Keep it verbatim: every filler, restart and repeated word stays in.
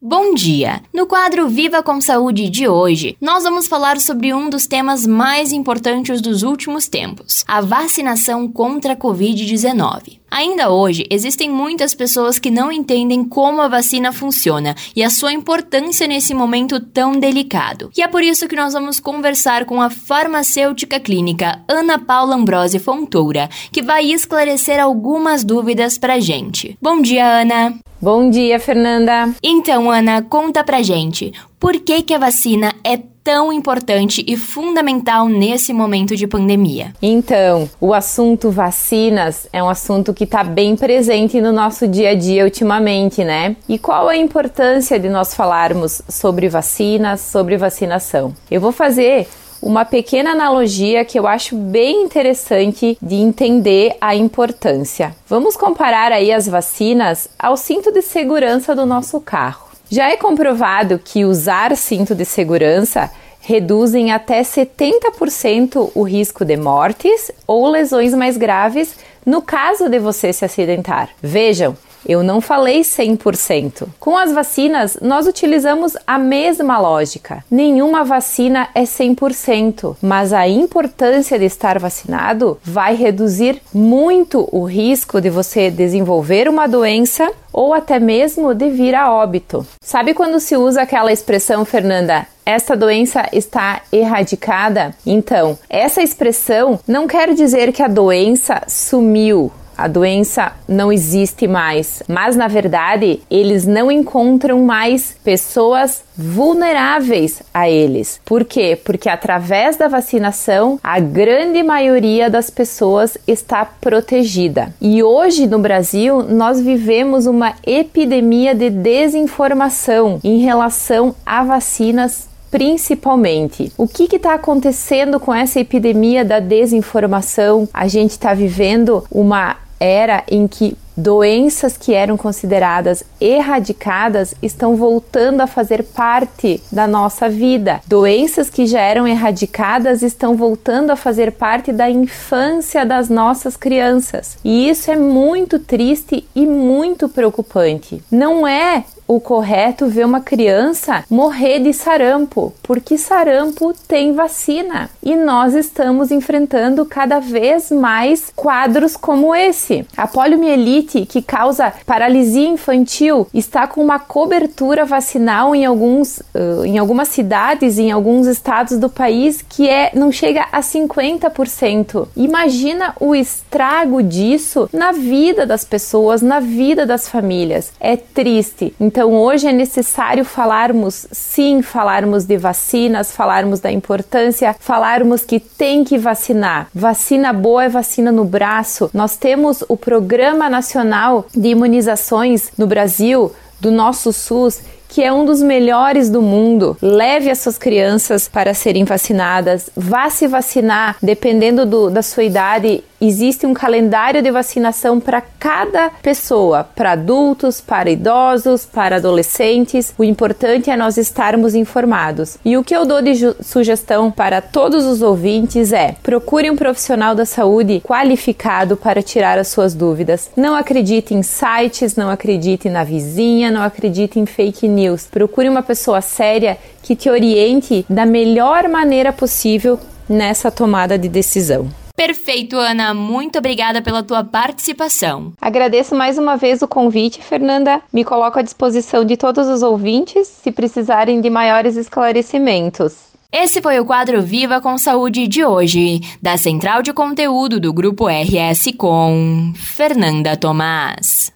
Bom dia! No quadro Viva com Saúde de hoje, nós vamos falar sobre um dos temas mais importantes dos últimos tempos, a vacinação contra a covid dezenove. Ainda hoje, existem muitas pessoas que não entendem como a vacina funciona e a sua importância nesse momento tão delicado. E é por isso que nós vamos conversar com a farmacêutica clínica Ana Paula Ambrosi Fontoura, que vai esclarecer algumas dúvidas pra gente. Bom dia, Ana! Bom dia, Fernanda! Então, Ana, conta pra gente, por que que a vacina é tão importante e fundamental nesse momento de pandemia? Então, o assunto vacinas é um assunto que está bem presente no nosso dia a dia ultimamente, né? E qual a importância de nós falarmos sobre vacinas, sobre vacinação? Eu vou fazer uma pequena analogia que eu acho bem interessante de entender a importância. Vamos comparar aí as vacinas ao cinto de segurança do nosso carro. Já é comprovado que usar cinto de segurança reduz em até setenta por cento o risco de mortes ou lesões mais graves no caso de você se acidentar. Vejam, eu não falei cem por cento. Com as vacinas, nós utilizamos a mesma lógica. Nenhuma vacina é cem por cento, mas a importância de estar vacinado vai reduzir muito o risco de você desenvolver uma doença ou até mesmo de vir a óbito. Sabe quando se usa aquela expressão, Fernanda? Esta doença está erradicada? Então, essa expressão não quer dizer que a doença sumiu. A doença não existe mais, mas na verdade eles não encontram mais pessoas vulneráveis a eles. Por quê? Porque através da vacinação a grande maioria das pessoas está protegida. E hoje no Brasil nós vivemos uma epidemia de desinformação em relação a vacinas. Principalmente, o que está acontecendo com essa epidemia da desinformação? A gente está vivendo uma era em que doenças que eram consideradas erradicadas estão voltando a fazer parte da nossa vida. Doenças que já eram erradicadas estão voltando a fazer parte da infância das nossas crianças. E isso é muito triste e muito preocupante. Não é o correto ver uma criança morrer de sarampo, porque sarampo tem vacina e nós estamos enfrentando cada vez mais quadros como esse. A poliomielite, que causa paralisia infantil, está com uma cobertura vacinal em, alguns, uh, em algumas cidades, em alguns estados do país, que é, não chega a cinquenta por cento. Imagina o estrago disso na vida das pessoas, na vida das famílias. É triste. Então hoje é necessário falarmos, sim, falarmos de vacinas, falarmos da importância, falarmos que tem que vacinar. Vacina boa é vacina no braço. Nós temos o Programa Nacional de Imunizações no Brasil, do nosso SUS, que é um dos melhores do mundo. Leve as suas crianças para serem vacinadas, vá se vacinar, dependendo do, da sua idade. Existe um calendário de vacinação para cada pessoa, para adultos, para idosos, para adolescentes. O importante é nós estarmos informados. E o que eu dou de sugestão para todos os ouvintes é: procure um profissional da saúde qualificado para tirar as suas dúvidas. Não acredite em sites, não acredite na vizinha, não acredite em fake news. Procure uma pessoa séria que te oriente da melhor maneira possível nessa tomada de decisão. Perfeito, Ana. Muito obrigada pela tua participação. Agradeço mais uma vez o convite, Fernanda. Me coloco à disposição de todos os ouvintes se precisarem de maiores esclarecimentos. Esse foi o quadro Viva com Saúde de hoje, da Central de Conteúdo do Grupo R S com Fernanda Tomás.